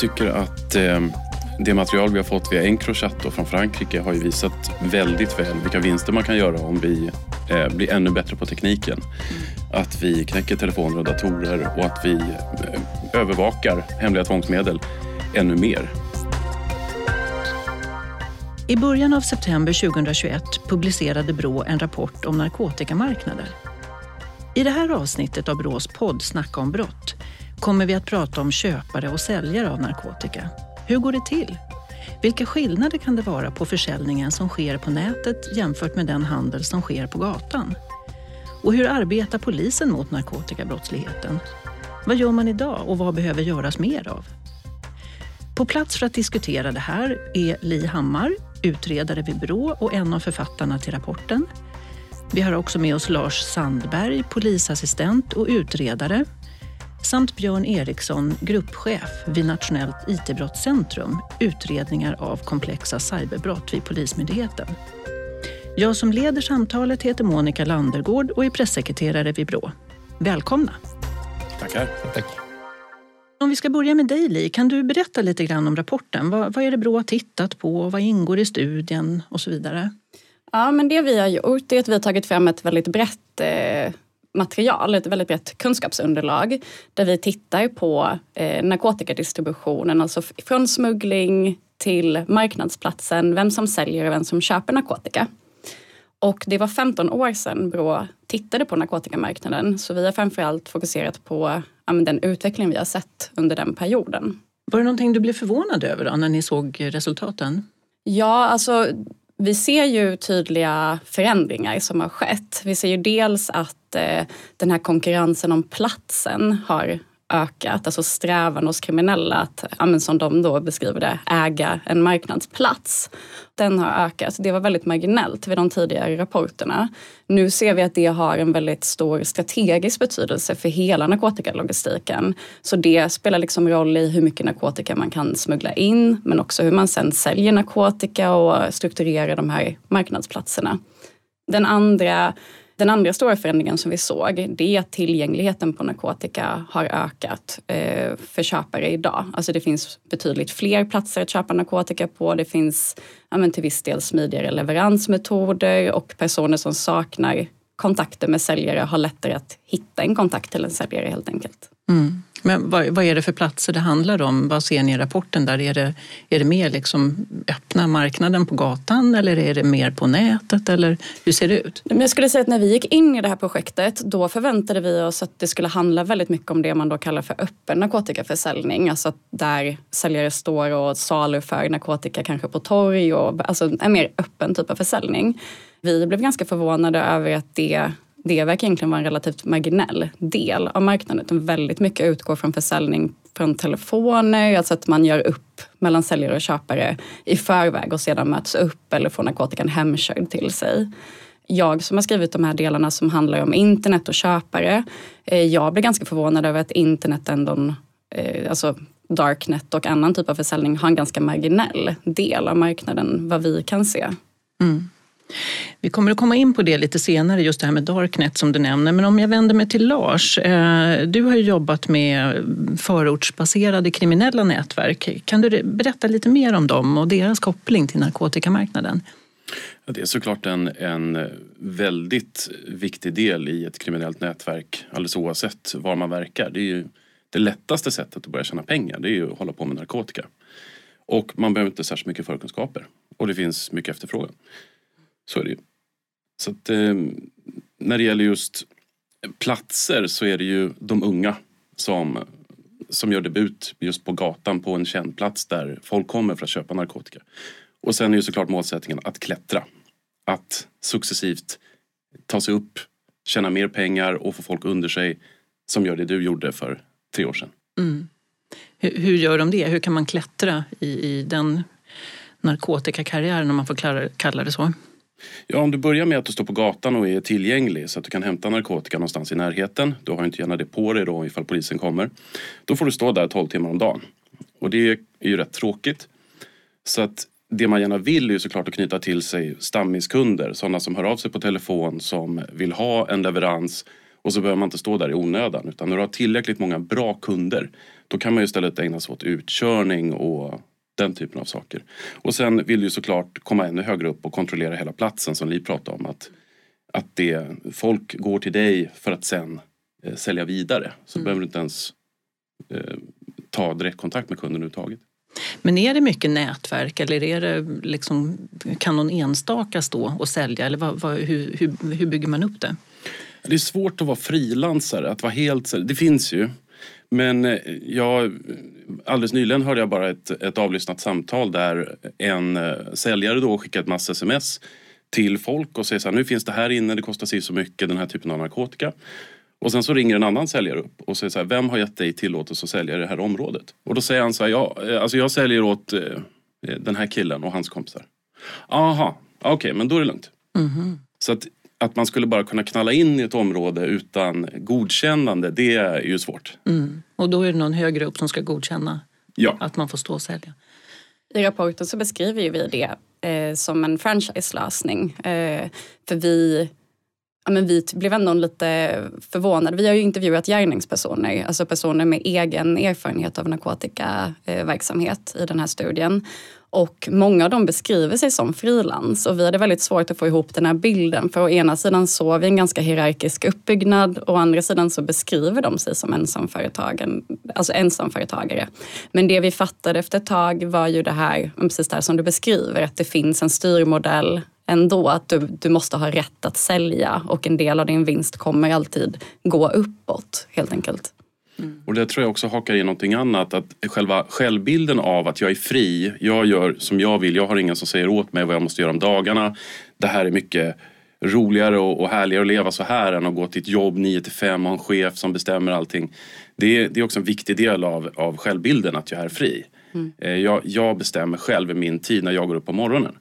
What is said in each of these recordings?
tycker att det material vi har fått via Encrochat och från Frankrike har ju visat väldigt väl vilka vinster man kan göra om vi blir ännu bättre på tekniken. Att vi knäcker telefoner och datorer och att vi övervakar hemliga tvångsmedel ännu mer. I början av september 2021 publicerade Brå en rapport om narkotikamarknader. I det här avsnittet av Brås podd Snacka om brott kommer vi att prata om köpare och säljare av narkotika. Hur går det till? Vilka skillnader kan det vara på försäljningen som sker på nätet jämfört med den handel som sker på gatan? Och hur arbetar polisen mot narkotikabrottsligheten? Vad gör man idag och vad behöver göras mer av? På plats för att diskutera det här är Li Hammar, utredare vid Brå och en av författarna till rapporten. Vi har också med oss Lars Sandberg, polisassistent och utredare, samt Björn Eriksson, gruppchef vid Nationellt IT-brottscentrum, utredningar av komplexa cyberbrott vid Polismyndigheten. Jag som leder samtalet heter Monica Landergård och är pressekreterare vid Brå. Välkomna! Tackar. Tack. Om vi ska börja med dig, Li, kan du berätta lite grann om rapporten? Vad är det Brå har tittat på? Vad ingår i studien och så vidare? Ja, men det vi har gjort är att vi har tagit fram ett väldigt brett material, ett väldigt brett kunskapsunderlag där vi tittar på narkotikadistributionen, alltså från smuggling till marknadsplatsen, vem som säljer och vem som köper narkotika. Och det var 15 år sedan Brå tittade på narkotikamarknaden, så vi har framförallt fokuserat på den utveckling vi har sett under den perioden. Var det någonting du blev förvånad över då, när ni såg resultaten? Ja, alltså vi ser ju tydliga förändringar som har skett. Vi ser ju dels att den här konkurrensen om platsen har ökat. Alltså strävan hos kriminella att, som de då beskriver det, äga en marknadsplats. Den har ökat. Det var väldigt marginellt vid de tidigare rapporterna. Nu ser vi att det har en väldigt stor strategisk betydelse för hela narkotikalogistiken. Så det spelar liksom roll i hur mycket narkotika man kan smuggla in, men också hur man sen säljer narkotika och strukturerar de här marknadsplatserna. Den andra stora förändringen som vi såg, det är att tillgängligheten på narkotika har ökat för köpare idag. Alltså det finns betydligt fler platser att köpa narkotika på. Det finns till viss del smidigare leveransmetoder och personer som saknar kontakter med säljare har lättare att hitta en kontakt till en säljare helt enkelt. Mm. Men vad är det för platser det handlar om? Vad ser ni i rapporten där? Är det mer liksom öppna marknaden på gatan eller är det mer på nätet? Eller hur ser det ut? Jag skulle säga att när vi gick in i det här projektet, då förväntade vi oss att det skulle handla väldigt mycket om det man då kallar för öppen narkotikaförsäljning. Alltså där säljare står och saluför narkotika kanske på torg och alltså en mer öppen typ av försäljning. Vi blev ganska förvånade över att det verkar egentligen vara en relativt marginell del av marknaden. Väldigt mycket utgår från försäljning från telefoner, alltså att man gör upp mellan säljare och köpare i förväg och sedan möts upp eller får narkotikan hemkörd till sig. Jag som har skrivit de här delarna som handlar om internet och köpare, jag blir ganska förvånad över att internet ändå, alltså darknet och annan typ av försäljning har en ganska marginell del av marknaden, vad vi kan se. Mm. Vi kommer att komma in på det lite senare, just det här med darknet som du nämner. Men om jag vänder mig till Lars, du har ju jobbat med förortsbaserade kriminella nätverk. Kan du berätta lite mer om dem och deras koppling till narkotikamarknaden? Ja, det är såklart en väldigt viktig del i ett kriminellt nätverk, alldeles oavsett var man verkar. Det är ju det lättaste sättet att börja tjäna pengar, det är ju att hålla på med narkotika. Och man behöver inte särskilt mycket förkunskaper och det finns mycket efterfrågan. Så är det ju. Så att, när det gäller just platser så är det ju de unga som gör debut just på gatan på en känd plats där folk kommer för att köpa narkotika. Och sen är ju såklart målsättningen att klättra. Att successivt ta sig upp, tjäna mer pengar och få folk under sig som gör det du gjorde för 3 år sedan. Mm. Hur gör de det? Hur kan man klättra i den narkotikakarriären om man får kalla det så? Ja, om du börjar med att du står på gatan och är tillgänglig så att du kan hämta narkotika någonstans i närheten. Du har inte gärna det på dig då ifall polisen kommer. Då får du stå där 12 timmar om dagen. Och det är ju rätt tråkigt. Så att det man gärna vill är ju såklart att knyta till sig stammiskunder. Sådana som hör av sig på telefon som vill ha en leverans Och så behöver man inte stå där i onödan, utan när du har tillräckligt många bra kunder, då kan man ju istället ägna sig åt utkörning och den typen av saker. Och sen vill du såklart komma ännu högre upp och kontrollera hela platsen som Liv pratade om. Att folk går till dig för att sen sälja vidare. Så behöver du inte ens ta direktkontakt med kunden överhuvudtaget. Men är det mycket nätverk eller är det liksom, kan någon enstaka stå och sälja? Eller hur bygger man upp det? Det är svårt att vara frilansare, att vara helt... Det finns ju. Men alldeles nyligen hörde jag bara ett avlyssnat samtal där en säljare då skickar ett massa sms till folk och säger så här: nu finns det här inne, det kostar sig så mycket, den här typen av narkotika. Och sen så ringer en annan säljare upp och säger så här: vem har gett dig tillåtelse att sälja i det här området? Och då säger han så här: jag säljer åt den här killen och hans kompisar. Aha, okej, men då är det lugnt. Mm-hmm. Så att man skulle bara kunna knalla in i ett område utan godkännande, det är ju svårt. Mm. Och då är det någon högre upp som ska godkänna att man får stå och sälja. I rapporten så beskriver vi det som en franchise-lösning. För vi blev ändå lite förvånade. Vi har ju intervjuat gärningspersoner, alltså personer med egen erfarenhet av narkotikaverksamhet i den här studien. Och många av dem beskriver sig som frilans och vi hade väldigt svårt att få ihop den här bilden. För å ena sidan så vi en ganska hierarkisk uppbyggnad och å andra sidan så beskriver de sig som ensamföretagare. Men det vi fattade efter ett tag var ju det här, precis det här som du beskriver, att det finns en styrmodell ändå, att du måste ha rätt att sälja och en del av din vinst kommer alltid gå uppåt helt enkelt. Mm. Och det tror jag också hakar i någonting annat, att själva självbilden av att jag är fri, jag gör som jag vill, jag har ingen som säger åt mig vad jag måste göra om dagarna, det här är mycket roligare och härligare att leva så här än att gå till ett jobb 9-5 och ha en chef som bestämmer allting. Det är också en viktig del av självbilden, att jag är fri. Jag bestämmer själv min tid när jag går upp på morgonen.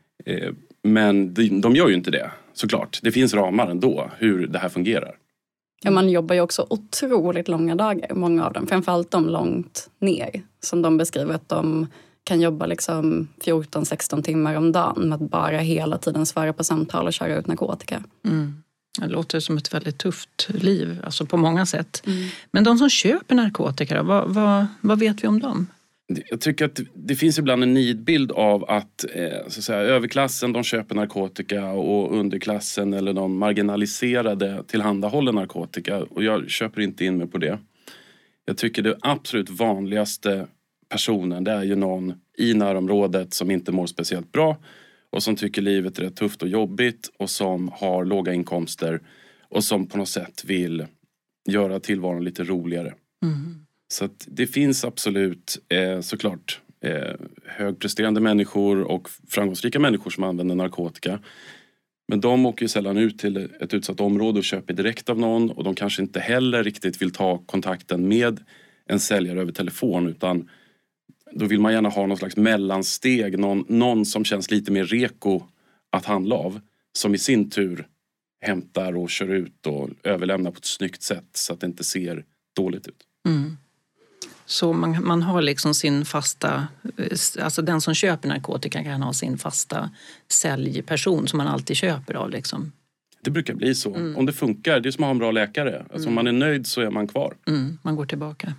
Men de gör ju inte det, såklart. Det finns ramar ändå hur det här fungerar. Ja, man jobbar ju också otroligt långa dagar, många av dem. Framförallt de långt ner. Som de beskriver att de kan jobba liksom 14-16 timmar om dagen med att bara hela tiden svara på samtal och köra ut narkotika. Mm. Det låter som ett väldigt tufft liv, alltså på många sätt. Mm. Men de som köper narkotika, vad vet vi om dem? Jag tycker att det finns ibland en nidbild av att, så att säga, överklassen de köper narkotika och underklassen eller de marginaliserade tillhandahåller narkotika. Och jag köper inte in mig på det. Jag tycker det absolut vanligaste personen, det är ju någon i närområdet som inte mår speciellt bra och som tycker livet är rätt tufft och jobbigt och som har låga inkomster och som på något sätt vill göra tillvaron lite roligare. Mm. Så att det finns absolut såklart högpresterande människor och framgångsrika människor som använder narkotika. Men de åker ju sällan ut till ett utsatt område och köper direkt av någon. Och de kanske inte heller riktigt vill ta kontakten med en säljare över telefon. Utan då vill man gärna ha någon slags mellansteg. Någon som känns lite mer reko att handla av. Som i sin tur hämtar och kör ut och överlämnar på ett snyggt sätt så att det inte ser dåligt ut. Mm. Så man har liksom sin fasta, alltså den som köper narkotika kan ha sin fasta säljperson som man alltid köper av liksom. Det brukar bli så. Om det funkar, det är som att ha en bra läkare. Alltså om man är nöjd så är man kvar. Man går tillbaka.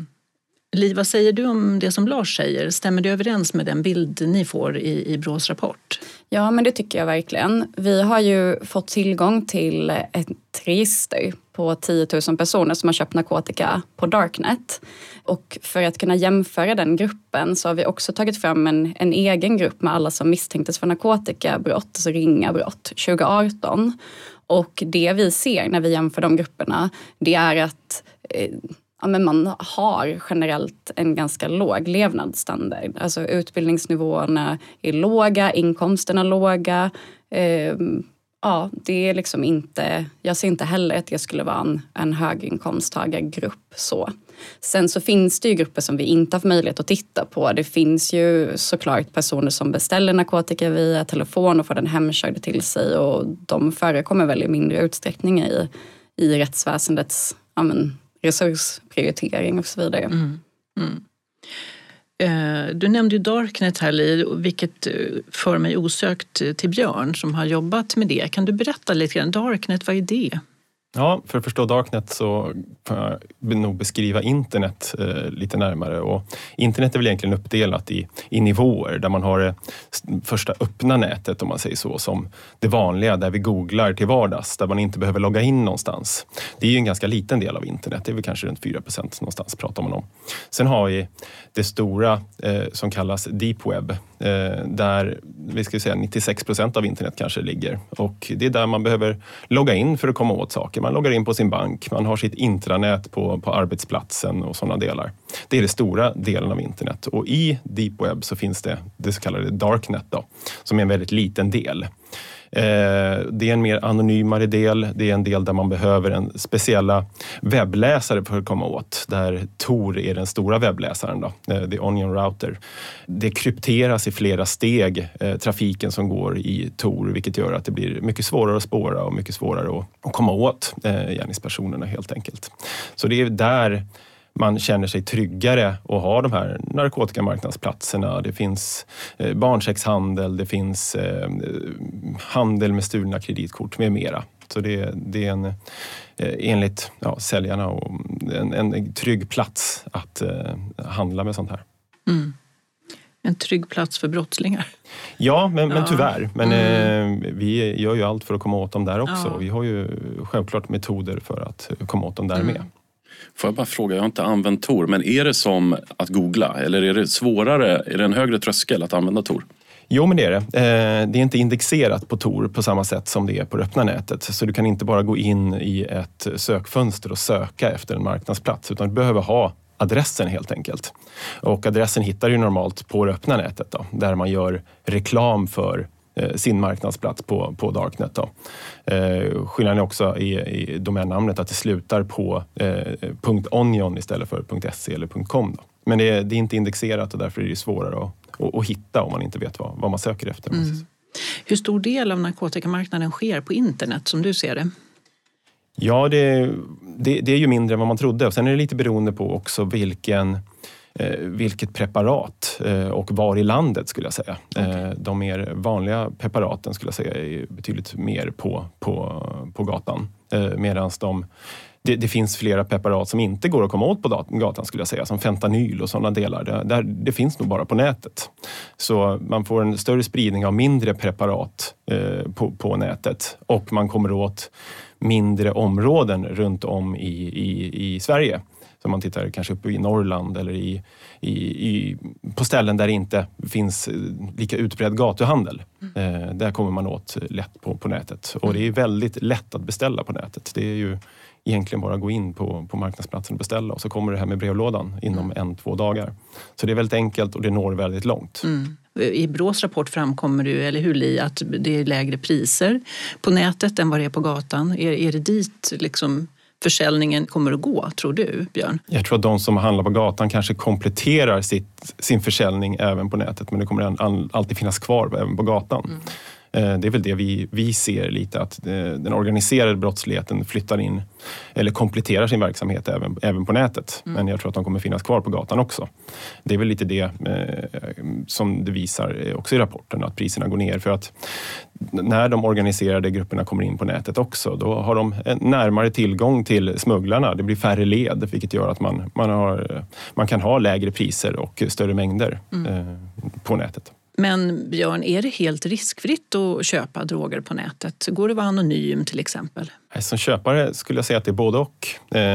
Liv, vad säger du om det som Lars säger? Stämmer det överens med den bild ni får i BRÅs rapport? Ja, men det tycker jag verkligen. Vi har ju fått tillgång till ett register på 10 000 personer som har köpt narkotika på Darknet. Och för att kunna jämföra den gruppen så har vi också tagit fram en egen grupp med alla som misstänktes för narkotikabrott, alltså ringa brott, 2018. Och det vi ser när vi jämför de grupperna, det är att men man har generellt en ganska låg levnadsstandard. Alltså utbildningsnivåerna är låga, inkomsterna låga. Det är liksom inte, jag ser inte heller att det skulle vara en höginkomsttagargrupp så. Sen så finns det ju grupper som vi inte har haft möjlighet att titta på. Det finns ju såklart personer som beställer narkotika via telefon och får den hemkörd till sig. Och de förekommer väl i mindre utsträckning i rättsväsendets resursprioritering och så vidare. Du nämnde ju Darknet här, Li, vilket för mig osökt till Björn som har jobbat med det. Kan du berätta lite grann? Darknet, vad är det? Ja, för att förstå Darknet så får jag nog beskriva internet lite närmare. Och internet är väl egentligen uppdelat i nivåer där man har det första öppna nätet, om man säger så, som det vanliga där vi googlar till vardags, där man inte behöver logga in någonstans. Det är ju en ganska liten del av internet, det är väl kanske runt 4% någonstans pratar man om. Sen har vi det stora som kallas deep web, där vi ska säga 96% av internet kanske ligger. Och det är där man behöver logga in för att komma åt saker. Man loggar in på sin bank, man har sitt intranät på arbetsplatsen och sådana delar. Det är det stora delen av internet. Och i deep web så finns det så kallade darknet då, som är en väldigt liten del. Det är en mer anonymare del. Det är en del där man behöver en speciella webbläsare för att komma åt. Där Tor är den stora webbläsaren då, The Onion Router. Det krypteras i flera steg, trafiken som går i Tor, vilket gör att det blir mycket svårare att spåra och mycket svårare att komma åt gärningspersonerna helt enkelt. Så det är där man känner sig tryggare och har de här narkotikamarknadsplatserna. Det finns barnsexhandel, det finns handel med stulna kreditkort med mera. Så det är en, enligt säljarna och en trygg plats att handla med sånt här. Mm. En trygg plats för brottslingar. Ja, men tyvärr. Men vi gör ju allt för att komma åt dem där också. Ja. Vi har ju självklart metoder för att komma åt dem där med. Får jag bara fråga, jag har inte använt Tor, men är det som att googla? Eller är det svårare, är det en högre tröskel att använda Tor? Jo, men det är det. Det är inte indexerat på Tor på samma sätt som det är på det öppna nätet. Så du kan inte bara gå in i ett sökfönster och söka efter en marknadsplats, utan du behöver ha adressen helt enkelt. Och adressen hittar du normalt på det öppna nätet då, där man gör reklam för sin marknadsplats på Darknet då. Skillnaden är också i domännamnet att det slutar på .onion istället för .se eller .com då. Men det är inte indexerat och därför är det svårare att hitta om man inte vet vad man söker efter. Hur stor del av narkotikamarknaden sker på internet som du ser det? Ja, det är ju mindre än vad man trodde. Och sen är det lite beroende på också vilket preparat och var i landet skulle jag säga. Okay. De mer vanliga preparaten skulle jag säga är betydligt mer på gatan. Medan det finns flera preparat som inte går att komma åt på gatan skulle jag säga. Som fentanyl och sådana delar. Det finns nog bara på nätet. Så man får en större spridning av mindre preparat på nätet. Och man kommer åt mindre områden runt om i Sverige. Så man tittar kanske uppe i Norrland eller på ställen där det inte finns lika utbredd gatuhandel. Där kommer man åt lätt på nätet. Och det är väldigt lätt att beställa på nätet. Det är ju egentligen bara att gå in på marknadsplatsen och beställa. Och så kommer det här med brevlådan inom 1-2 dagar. Så det är väldigt enkelt och det når väldigt långt. I Brås rapport framkommer du, eller hur Li, att det är lägre priser på nätet än vad det är på gatan. Är det dit liksom försäljningen kommer att gå, tror du, Björn? Jag tror att de som handlar på gatan kanske kompletterar sin försäljning även på nätet, men det kommer alltid finnas kvar även på gatan. Det är väl det vi ser lite, att den organiserade brottsligheten flyttar in eller kompletterar sin verksamhet även på nätet. Men jag tror att de kommer finnas kvar på gatan också. Det är väl lite det som det visar också i rapporten, att priserna går ner. För att när de organiserade grupperna kommer in på nätet också, då har de närmare tillgång till smugglarna. Det blir färre led, vilket gör att man kan ha lägre priser och större mängder på nätet. Men Björn, är det helt riskfritt att köpa droger på nätet? Går det att vara anonym till exempel? Som köpare skulle jag säga att det är både och.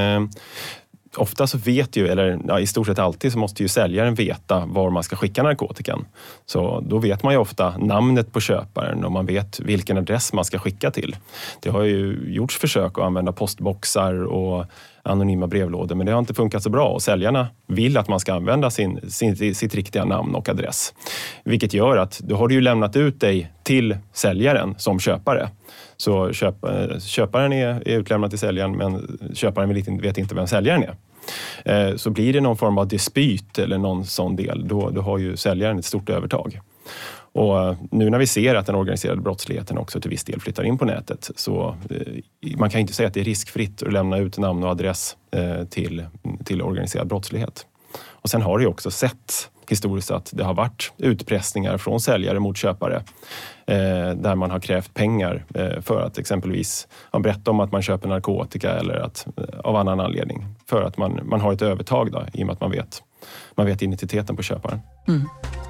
Ofta så vet ju, eller i stort sett alltid, så måste ju säljaren veta var man ska skicka narkotikan. Så då vet man ju ofta namnet på köparen och man vet vilken adress man ska skicka till. Det har ju gjorts försök att använda postboxar och anonyma brevlådor, men det har inte funkat så bra och säljarna vill att man ska använda sitt riktiga namn och adress. Vilket gör att då har du ju lämnat ut dig till säljaren som köpare. Så köparen är utlämnad till säljaren, men köparen vet inte vem säljaren är. Så blir det någon form av dispyt eller någon sån del, då har ju säljaren ett stort övertag. Och nu när vi ser att den organiserade brottsligheten också till viss del flyttar in på nätet, så man kan inte säga att det är riskfritt att lämna ut namn och adress till organiserad brottslighet. Och sen har det ju också sett historiskt att det har varit utpressningar från säljare mot köpare där man har krävt pengar för att exempelvis berätta om att man köper narkotika eller att, av annan anledning. För att man har ett övertag då, i och med att man vet identiteten på köparen. Mm.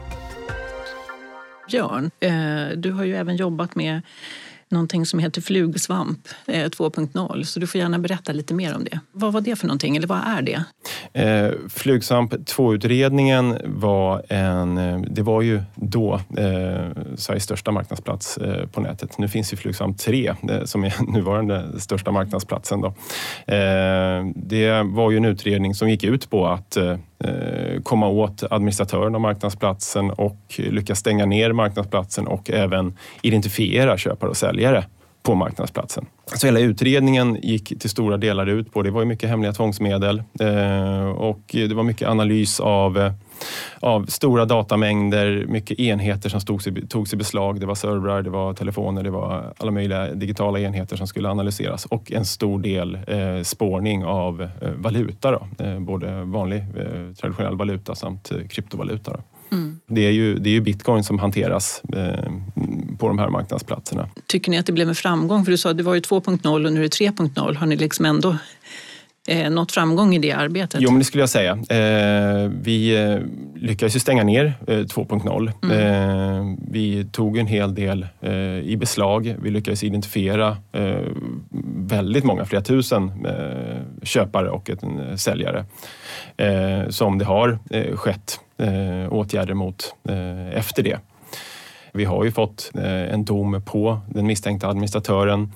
Björn, du har ju även jobbat med någonting som heter Flugsvamp 2.0, så du får gärna berätta lite mer om det. Vad var det för någonting, eller vad är det? Flugsvamp 2-utredningen det var ju då Sveriges största marknadsplats på nätet. Nu finns ju Flugsvamp 3 som är nuvarande största marknadsplatsen då. Det var ju en utredning som gick ut på att komma åt administratören av marknadsplatsen och lyckas stänga ner marknadsplatsen och även identifiera köpare och säljare på marknadsplatsen. Så hela utredningen gick till stora delar ut på, det var ju mycket hemliga tvångsmedel och det var mycket analys av stora datamängder, mycket enheter som togs i beslag. Det var servrar, det var telefoner, det var alla möjliga digitala enheter som skulle analyseras och en stor del spårning av valuta då. Både vanlig traditionell valuta samt kryptovaluta då. Mm. Det är ju bitcoin som hanteras på de här marknadsplatserna. Tycker ni att det blev en framgång? För du sa att det var ju 2.0 och nu är det 3.0. Har ni liksom ändå nått framgång i det arbetet? Jo, men det skulle jag säga. Vi lyckades ju stänga ner 2.0. Vi tog en hel del i beslag. Vi lyckades identifiera väldigt många, flera tusen köpare och en säljare som det har skett åtgärder mot efter det. Vi har ju fått en dom på den misstänkta administratören.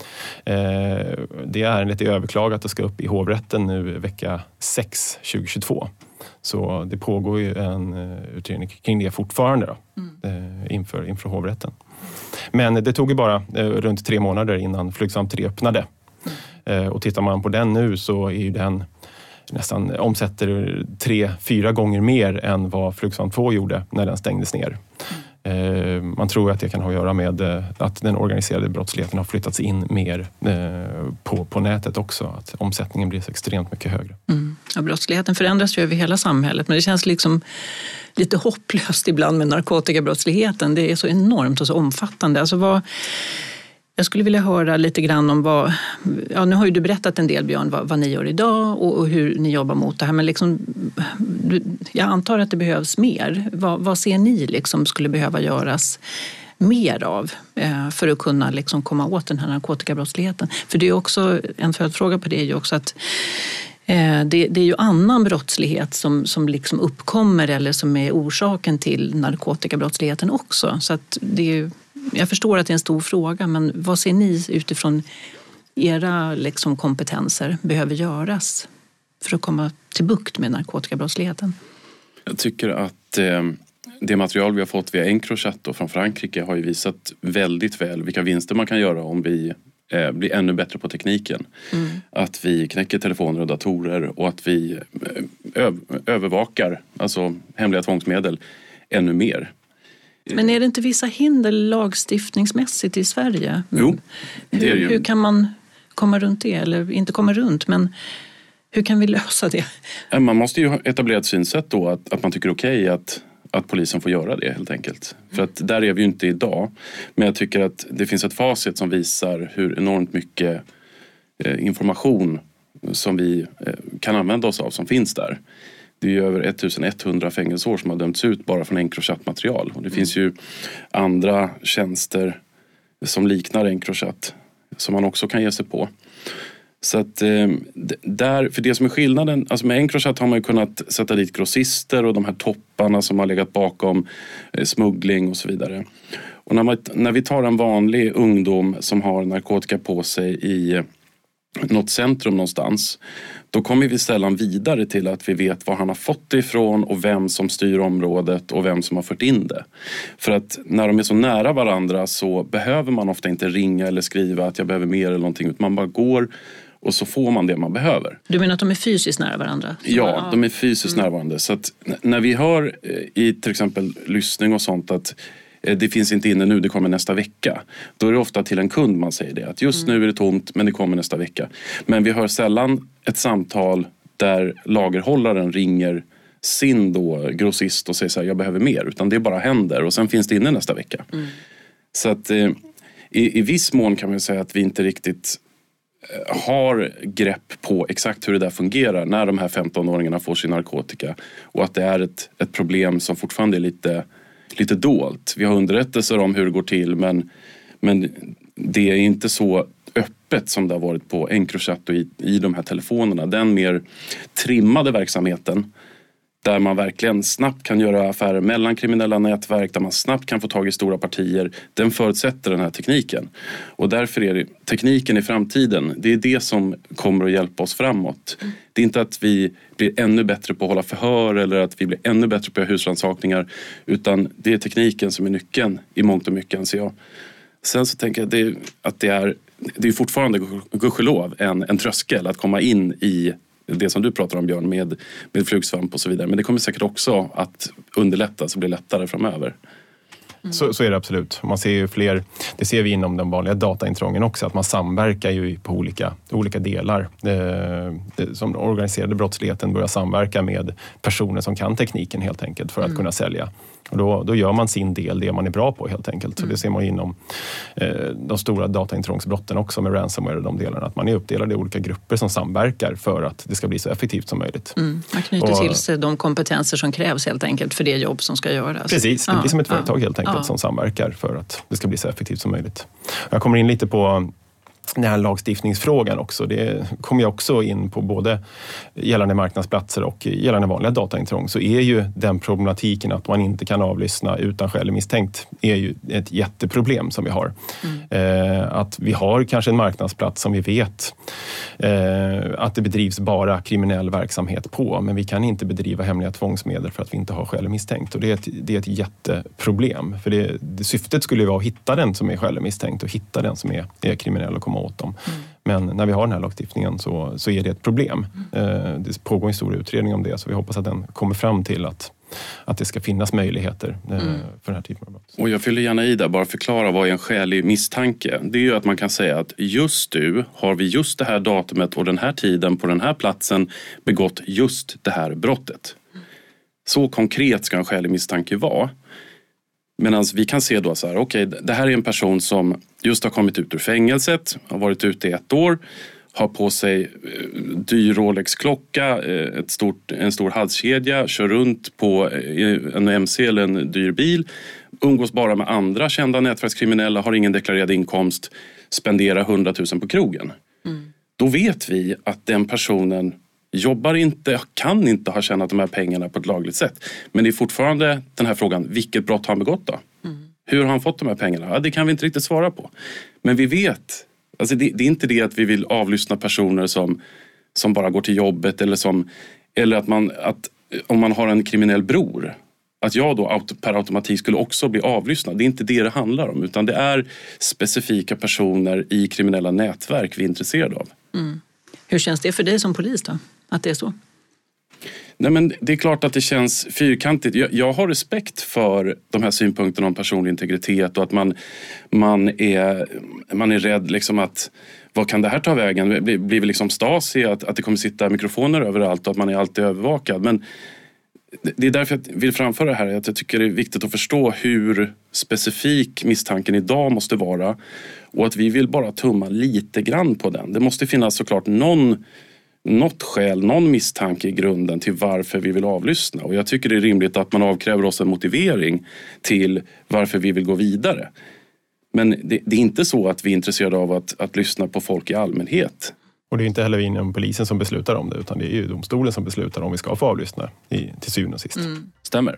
Det ärendet är överklagat och ska upp i hovrätten nu vecka 6 2022. Så det pågår ju en utredning kring det fortfarande då, inför hovrätten. Men det tog ju bara runt 3 månader innan Flugsvamp 3 öppnade. Och tittar man på den nu så är ju den nästan omsätter 3-4 gånger mer än vad Flugsvamp 2 gjorde när den stängdes ner. Man tror att det kan ha att göra med att den organiserade brottsligheten har flyttats in mer på nätet också. Att omsättningen blir så extremt mycket högre. Ja, brottsligheten förändras ju över hela samhället, men det känns liksom lite hopplöst ibland med narkotikabrottsligheten. Det är så enormt och så omfattande. Alltså jag skulle vilja höra lite grann om nu har ju du berättat en del, Björn, vad ni gör idag och hur ni jobbar mot det här. Men liksom, jag antar att det behövs mer. Vad ser ni liksom skulle behöva göras mer av för att kunna liksom komma åt den här narkotikabrottsligheten? För det är också, en följdfråga på det är ju också att det är ju annan brottslighet som liksom uppkommer eller som är orsaken till narkotikabrottsligheten också. Så att det är ju, jag förstår att det är en stor fråga, men vad ser ni utifrån era liksom kompetenser behöver göras för att komma till bukt med narkotikabrottsligheten? Jag tycker att det material vi har fått via Encrochat från Frankrike har ju visat väldigt väl vilka vinster man kan göra om vi blir ännu bättre på tekniken. Att vi knäcker telefoner och datorer och att vi övervakar, alltså hemliga tvångsmedel, ännu mer. Men är det inte vissa hinder lagstiftningsmässigt i Sverige? Jo, det är det ju. Hur kan man komma runt det? Eller inte komma runt, men hur kan vi lösa det? Man måste ju etablera ett synsätt då att man tycker okej att polisen får göra det helt enkelt. För att där är vi ju inte idag. Men jag tycker att det finns ett facit som visar hur enormt mycket information som vi kan använda oss av som finns där. Det är ju över 1100 fängelseår som har dömts ut bara från Encrochat-material. Och det finns ju andra tjänster som liknar Encrochat som man också kan ge sig på. Så att för det som är skillnaden, alltså med Encrochat har man ju kunnat sätta dit grossister och de här topparna som har legat bakom smuggling och så vidare. Och när vi tar en vanlig ungdom som har narkotika på sig i något centrum någonstans, då kommer vi sällan vidare till att vi vet var han har fått det ifrån och vem som styr området och vem som har fört in det. För att när de är så nära varandra så behöver man ofta inte ringa eller skriva att jag behöver mer eller någonting, utan man bara går och så får man det man behöver. Du menar att de är fysiskt nära varandra? Ja, de är fysiskt närvarande. Så att när vi hör i till exempel lyssning och sånt att det finns inte inne nu, det kommer nästa vecka. Då är det ofta till en kund man säger det. Att just nu är det tomt, men det kommer nästa vecka. Men vi hör sällan ett samtal där lagerhållaren ringer sin då grossist och säger så här, jag behöver mer, utan det bara händer och sen finns det inne nästa vecka. Så att i viss mån kan man säga att vi inte riktigt har grepp på exakt hur det där fungerar när de här 15-åringarna får sin narkotika, och att det är ett problem som fortfarande är lite dolt. Vi har underrättelser om hur det går till, men det är inte så öppet som det har varit på Encrochat och i de här telefonerna. Den mer trimmade verksamheten där man verkligen snabbt kan göra affärer mellan kriminella nätverk, där man snabbt kan få tag i stora partier, den förutsätter den här tekniken. Och därför är det tekniken i framtiden, det är det som kommer att hjälpa oss framåt. Det är inte att vi blir ännu bättre på att hålla förhör eller att vi blir ännu bättre på husrannsakningar, utan det är tekniken som är nyckeln i mångt och mycket, anser jag. Sen så tänker jag att det är fortfarande gudskelov en tröskel att komma in i det som du pratar om, Björn, med flugsvamp och så vidare. Men det kommer säkert också att underlättas och bli lättare framöver. Så är det absolut. Man ser ju det ser vi inom den vanliga dataintrången också, att man samverkar ju på olika delar. Som organiserade brottsligheten börjar samverka med personer som kan tekniken helt enkelt för att kunna sälja. Och då gör man sin del, det man är bra på helt enkelt. Så det ser man inom de stora dataintrångsbrotten också med ransomware och de delarna. Att man är uppdelad i olika grupper som samverkar för att det ska bli så effektivt som möjligt. Man knyter till sig de kompetenser som krävs helt enkelt för det jobb som ska göras. Precis, det blir som ett företag helt enkelt som samverkar för att det ska bli så effektivt som möjligt. Jag kommer in lite på den här lagstiftningsfrågan också. Det kommer jag också in på både gällande marknadsplatser och gällande vanliga dataintrång, så är ju den problematiken att man inte kan avlyssna utan skälig misstänkt är ju ett jätteproblem som vi har. Att vi har kanske en marknadsplats som vi vet att det bedrivs bara kriminell verksamhet på, men vi kan inte bedriva hemliga tvångsmedel för att vi inte har skälig misstänkt, och det är ett jätteproblem. För det syftet skulle ju vara att hitta den som är skälig misstänkt och hitta den som är kriminell och komma åt dem. Men när vi har den här lagstiftningen så är det ett problem. Det pågår en stor utredning om det, så vi hoppas att den kommer fram till att det ska finnas möjligheter för den här typen av brott. Och jag fyller gärna i där, bara förklara vad är en skälig misstanke. Det är ju att man kan säga att just nu har vi just det här datumet och den här tiden på den här platsen begått just det här brottet. Så konkret ska en skälig misstanke vara. Medan vi kan se då så här, okej, det här är en person som just har kommit ut ur fängelset, har varit ute i 1 år, har på sig dyr Rolex-klocka, en stor halskedja, kör runt på en MC eller en dyr bil, umgås bara med andra kända nätverkskriminella, har ingen deklarerad inkomst, spenderar 100 000 på krogen. Då vet vi att den personen jobbar inte, kan inte ha tjänat de här pengarna på ett lagligt sätt. Men det är fortfarande den här frågan, vilket brott har han begått då? Hur har han fått de här pengarna? Ja, det kan vi inte riktigt svara på. Men vi vet, alltså det är inte det att vi vill avlyssna personer som bara går till jobbet eller att om man har en kriminell bror, att jag då per automatik skulle också bli avlyssnad. Det är inte det handlar om, utan det är specifika personer i kriminella nätverk vi är intresserade av. Hur känns det för dig som polis då? Att det är så? Nej, men det är klart att det känns fyrkantigt. Jag har respekt för de här synpunkterna om personlig integritet och att man är rädd liksom att vad kan det här ta vägen? Blir vi liksom Stasi att det kommer sitta mikrofoner överallt och att man är alltid övervakad? Men det är därför jag vill framföra det här, att jag tycker det är viktigt att förstå hur specifik misstanken idag måste vara och att vi vill bara tumma lite grann på den. Det måste finnas såklart något skäl, någon misstanke i grunden till varför vi vill avlyssna, och jag tycker det är rimligt att man avkräver oss en motivering till varför vi vill gå vidare. Men det är inte så att vi är intresserade av att lyssna på folk i allmänhet. Och det är inte heller vi inom polisen som beslutar om det, utan det är ju domstolen som beslutar om vi ska få avlyssna till syvende och sist. Stämmer.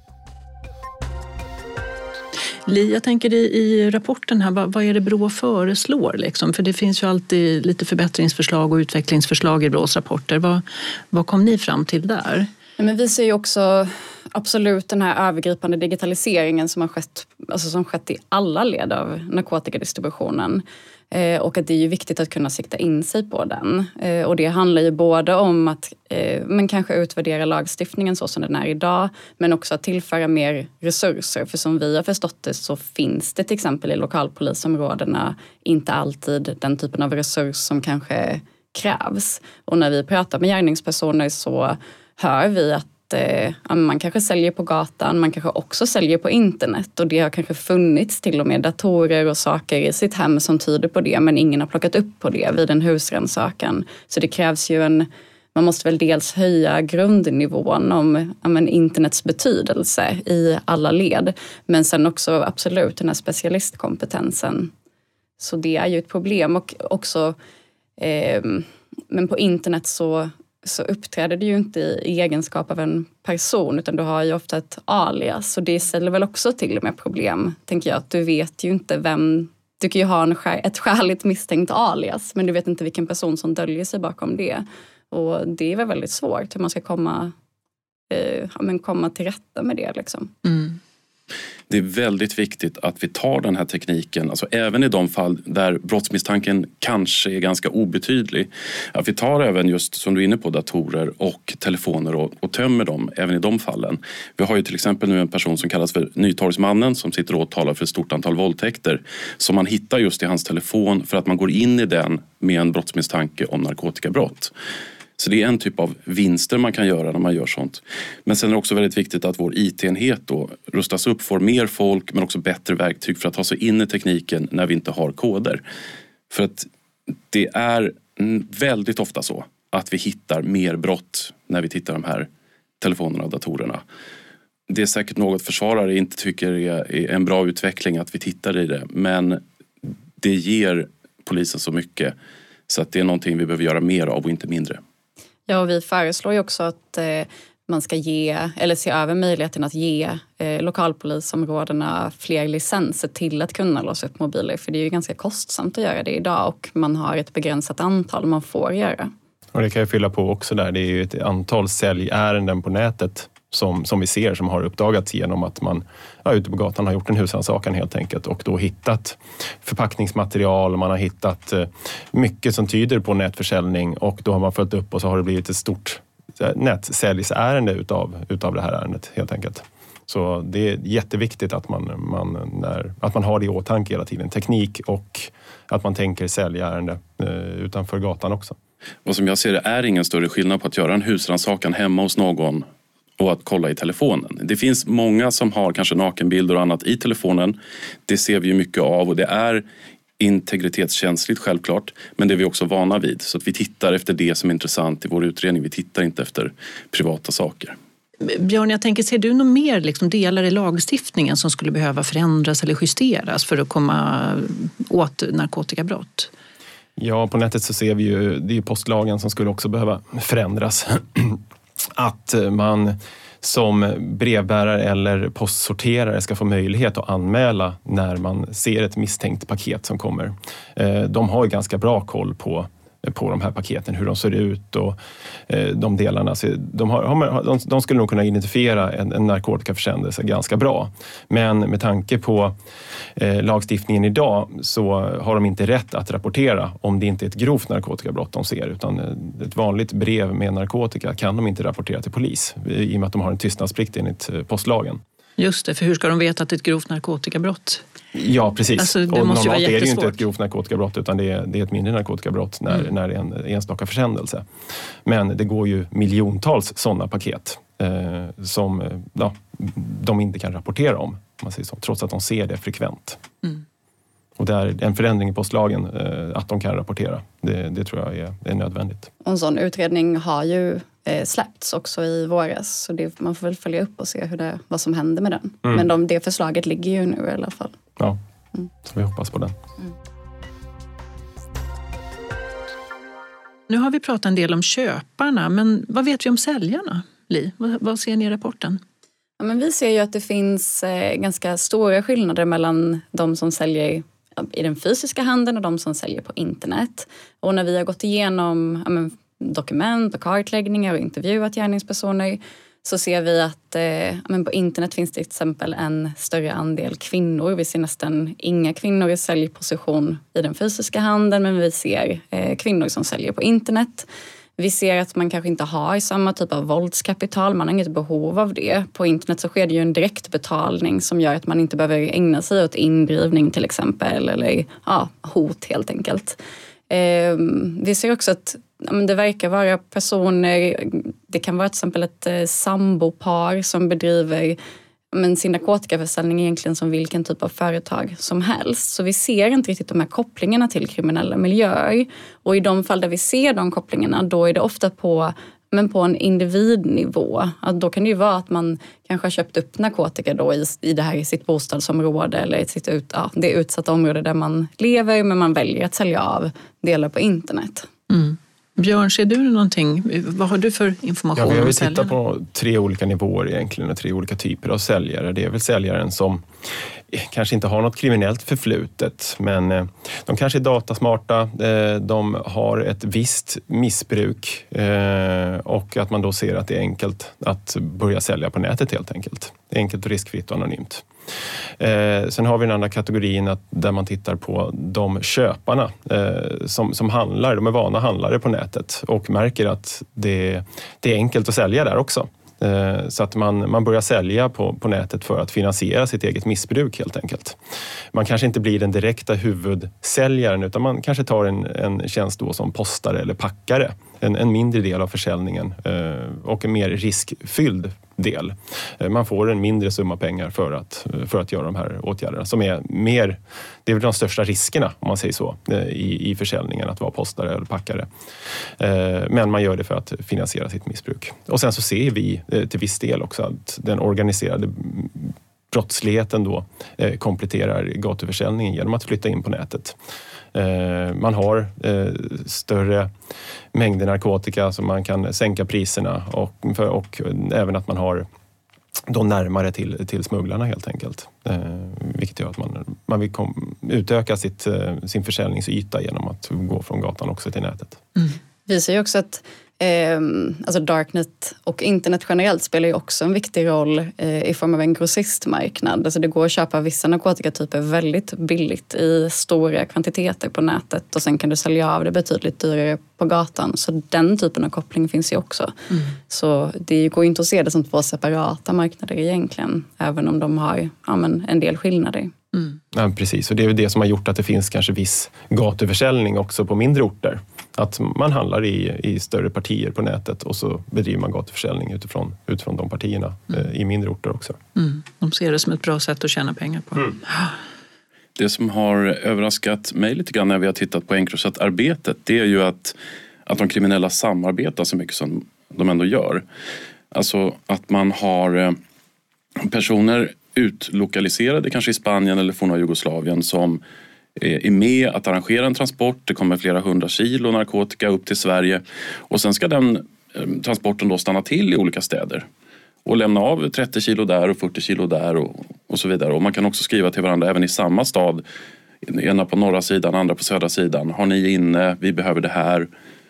Li, jag tänker i rapporten här, vad är det Brå föreslår? Liksom? För det finns ju alltid lite förbättringsförslag och utvecklingsförslag i Brås rapporter. Vad kom ni fram till där? Men vi ser ju också absolut den här övergripande digitaliseringen som har skett i alla led av narkotikadistributionen. Och att det är ju viktigt att kunna sikta in sig på den. Och det handlar ju både om att men kanske utvärdera lagstiftningen så som den är idag, men också att tillföra mer resurser. För som vi har förstått det så finns det till exempel i lokalpolisområdena inte alltid den typen av resurs som kanske krävs. Och när vi pratar med gärningspersoner så hör vi att man kanske säljer på gatan, man kanske också säljer på internet och det har kanske funnits till och med datorer och saker i sitt hem som tyder på det, men ingen har plockat upp på det vid en husrannsakan. Så det krävs ju man måste väl dels höja grundnivån om internets betydelse i alla led, men sen också absolut den här specialistkompetensen. Så det är ju ett problem och också men på internet så uppträder det ju inte i egenskap av en person, utan du har ju ofta ett alias, och det ställer väl också till med problem, tänker jag, att du vet ju inte vem. Du kan ju ha ett skäligt misstänkt alias, men du vet inte vilken person som döljer sig bakom det. Och det är väl väldigt svårt hur man ska komma till rätta med det liksom. Mm. Det är väldigt viktigt att vi tar den här tekniken, alltså även i de fall där brottsmisstanken kanske är ganska obetydlig. Att vi tar även just, som du är inne på, datorer och telefoner och tömmer dem även i de fallen. Vi har ju till exempel nu en person som kallas för Nytorgsmannen som sitter och talar för ett stort antal våldtäkter som man hittar just i hans telefon för att man går in i den med en brottsmisstanke om narkotikabrott. Så det är en typ av vinster man kan göra när man gör sånt. Men sen är det också väldigt viktigt att vår IT-enhet då rustas upp, får mer folk men också bättre verktyg för att ta sig in i tekniken när vi inte har koder. För att det är väldigt ofta så att vi hittar mer brott när vi tittar de här telefonerna och datorerna. Det är säkert något försvarare inte tycker är en bra utveckling att vi tittar i det, men det ger polisen så mycket så att det är någonting vi behöver göra mer av och inte mindre. Ja, och vi föreslår ju också att man ska se över möjligheten att ge lokalpolisområdena fler licenser till att kunna låsa upp mobiler. För det är ju ganska kostsamt att göra det idag och man har ett begränsat antal man får göra. Och det kan jag fylla på också där. Det är ju ett antal säljärenden på nätet som vi ser som har uppdagats genom att man ute på gatan har gjort en husrannsakan helt enkelt och då hittat förpackningsmaterial, man har hittat mycket som tyder på nätförsäljning och då har man följt upp och så har det blivit ett stort nätsäljsärende utav det här ärendet helt enkelt. Så det är jätteviktigt att man har det i åtanke hela tiden. Teknik och att man tänker säljärende utanför gatan också. Och som jag ser det är ingen större skillnad på att göra en husrannsakan hemma hos någon och att kolla i telefonen. Det finns många som har kanske nakenbilder och annat i telefonen. Det ser vi ju mycket av och det är integritetskänsligt självklart, men det är vi också vana vid. Så att vi tittar efter det som är intressant i vår utredning. Vi tittar inte efter privata saker. Björn, jag tänker, ser du något mer delar i lagstiftningen som skulle behöva förändras eller justeras för att komma åt narkotikabrott? Ja, på nätet så ser vi ju, det är postlagen som skulle också behöva förändras. Att man som brevbärare eller postsorterare ska få möjlighet att anmäla när man ser ett misstänkt paket som kommer. De har ju ganska bra koll på de här paketen, hur de ser ut och de delarna. Så de skulle nog kunna identifiera en narkotikaförsändelse ganska bra. Men med tanke på lagstiftningen idag så har de inte rätt att rapportera om det inte är ett grovt narkotikabrott de ser, utan ett vanligt brev med narkotika kan de inte rapportera till polis i och med att de har en tystnadsplikt enligt postlagen. Just det, för hur ska de veta att det är ett grovt narkotikabrott? Ja, precis. Alltså, det och måste normalt ju vara är det ju inte ett grovt narkotikabrott utan det är ett mindre narkotikabrott när det är en enstaka försändelse. Men det går ju miljontals sådana paket som de inte kan rapportera om, man säger så, trots att de ser det frekvent. Mm. Och det är en förändring i postlagen att de kan rapportera. Det tror jag är nödvändigt. En sån utredning har ju släppts också i våras. Så man får väl följa upp och se vad som händer med den. Mm. Men det förslaget ligger ju nu i alla fall. Ja, så vi hoppas på den. Mm. Nu har vi pratat en del om köparna, men vad vet vi om säljarna, Li? Vad ser ni i rapporten? Ja, men vi ser ju att det finns ganska stora skillnader mellan de som säljer i den fysiska handeln och de som säljer på internet. Och när vi har gått igenom dokument och kartläggningar och intervjuat gärningspersoner så ser vi att på internet finns det till exempel en större andel kvinnor. Vi ser nästan inga kvinnor i säljposition i den fysiska handeln, men vi ser kvinnor som säljer på internet. Vi ser att man kanske inte har samma typ av våldskapital, man har inget behov av det. På internet så sker det ju en direktbetalning som gör att man inte behöver ägna sig åt indrivning till exempel eller hot helt enkelt. Vi ser också att det verkar vara personer, det kan vara till exempel ett sambopar som bedriver sin narkotikaförsäljning egentligen som vilken typ av företag som helst. Så vi ser inte riktigt de här kopplingarna till kriminella miljöer. Och i de fall där vi ser de kopplingarna, då är det ofta på en individnivå. Att då kan det ju vara att man kanske har köpt upp narkotika då i sitt bostadsområde eller i det utsatta område där man lever, men man väljer att sälja av delar på internet. Mm. Björn, ser du någonting? Vad har du för information om säljarna? Vi tittar på 3 olika nivåer egentligen och 3 olika typer av säljare. Det är väl säljaren som kanske inte har något kriminellt förflutet, men de kanske är datasmarta, de har ett visst missbruk och att man då ser att det är enkelt att börja sälja på nätet helt enkelt. Det är enkelt, riskfritt och anonymt. Sen har vi den andra kategorin där man tittar på de köparna som handlar, de är vana handlare på nätet och märker att det är enkelt att sälja där också. Så att man börjar sälja på nätet för att finansiera sitt eget missbruk helt enkelt. Man kanske inte blir den direkta huvudsäljaren, utan man kanske tar en tjänst då som postare eller packare. En mindre del av försäljningen och en mer riskfylld del. Man får en mindre summa pengar för att göra de här åtgärderna som är mer, det är väl de största riskerna om man säger så i försäljningen, att vara postare eller packare. Men man gör det för att finansiera sitt missbruk. Och sen så ser vi till viss del också att den organiserade brottsligheten då kompletterar gatuförsäljningen genom att flytta in på nätet. Man har större mängder narkotika som man kan sänka priserna och även att man har då närmare till smugglarna helt enkelt. Vilket gör att man vill utöka sin försäljningsyta genom att gå från gatan också till nätet. Mm. Vi ser ju också att Darknet och internet generellt spelar ju också en viktig roll i form av en grossistmarknad. Alltså det går att köpa vissa narkotikatyper väldigt billigt i stora kvantiteter på nätet och sen kan du sälja av det betydligt dyrare på gatan. Så den typen av koppling finns ju också. Mm. Så det går inte att se det som 2 separata marknader egentligen, även om de har en del skillnader. Mm. Ja, precis, och det är ju det som har gjort att det finns kanske viss gatuförsäljning också på mindre orter. Att man handlar i större partier på nätet och så bedriver man gatuförsäljning utifrån de partierna i mindre orter också. Mm. De ser det som ett bra sätt att tjäna pengar på. Mm. Det som har överraskat mig lite grann när vi har tittat på Encrochat-arbetet, det är ju att de kriminella samarbetar så mycket som de ändå gör. Alltså att man har personer utlokaliserade kanske i Spanien eller forna Jugoslavien som är med att arrangera en transport. Det kommer flera 100 kilo narkotika upp till Sverige och sen ska den transporten då stanna till i olika städer och lämna av 30 kilo där och 40 kilo där och så vidare. Och man kan också skriva till varandra även i samma stad, ena på norra sidan, andra på södra sidan. Har ni inne? Vi behöver det här.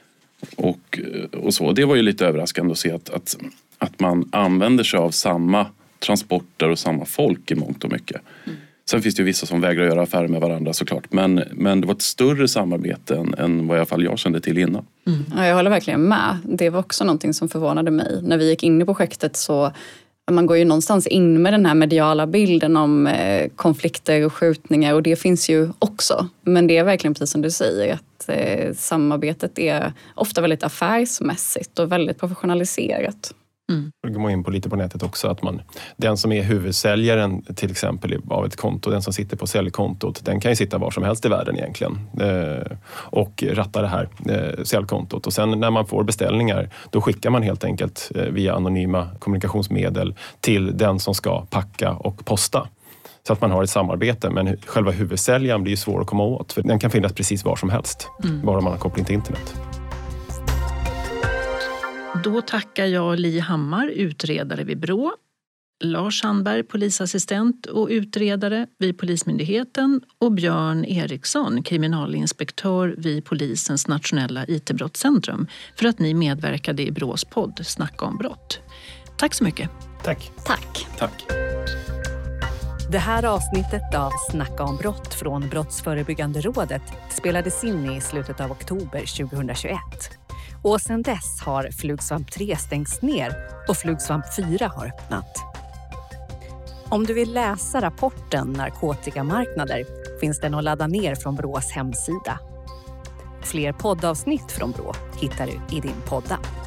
Och så. Det var ju lite överraskande att se att man använder sig av samma transporter och samma folk i mångt och mycket. Mm. Sen finns det ju vissa som vägrar göra affärer med varandra såklart. Men det var ett större samarbete än vad i alla fall jag kände till innan. Mm. Ja, jag håller verkligen med. Det var också någonting som förvånade mig. När vi gick in i projektet så man går ju någonstans in med den här mediala bilden om konflikter och skjutningar. Och det finns ju också. Men det är verkligen precis som du säger att samarbetet är ofta väldigt affärsmässigt och väldigt professionaliserat. Då går man in på lite på nätet också att den som är huvudsäljaren till exempel av ett konto, den som sitter på säljkontot, den kan ju sitta var som helst i världen egentligen och ratta det här säljkontot. Och sen när man får beställningar, då skickar man helt enkelt via anonyma kommunikationsmedel till den som ska packa och posta. Så att man har ett samarbete, men själva huvudsäljaren blir ju svår att komma åt, för den kan finnas precis var som helst, bara man har koppling till internet. Då tackar jag Li Hammar, utredare vid Brå, Lars Sandberg, polisassistent och utredare vid Polismyndigheten och Björn Eriksson, kriminalinspektör vid Polisens nationella IT-brottscentrum för att ni medverkade i Brås podd Snacka om brott. Tack så mycket. Tack. Tack. Det här avsnittet av Snacka om brott från Brottsförebyggande rådet spelades in i slutet av oktober 2021. Och sedan dess har Flugsvamp 3 stängts ner och Flugsvamp 4 har öppnat. Om du vill läsa rapporten Narkotikamarknader finns den att ladda ner från Brås hemsida. Fler poddavsnitt från Brå hittar du i din poddapp.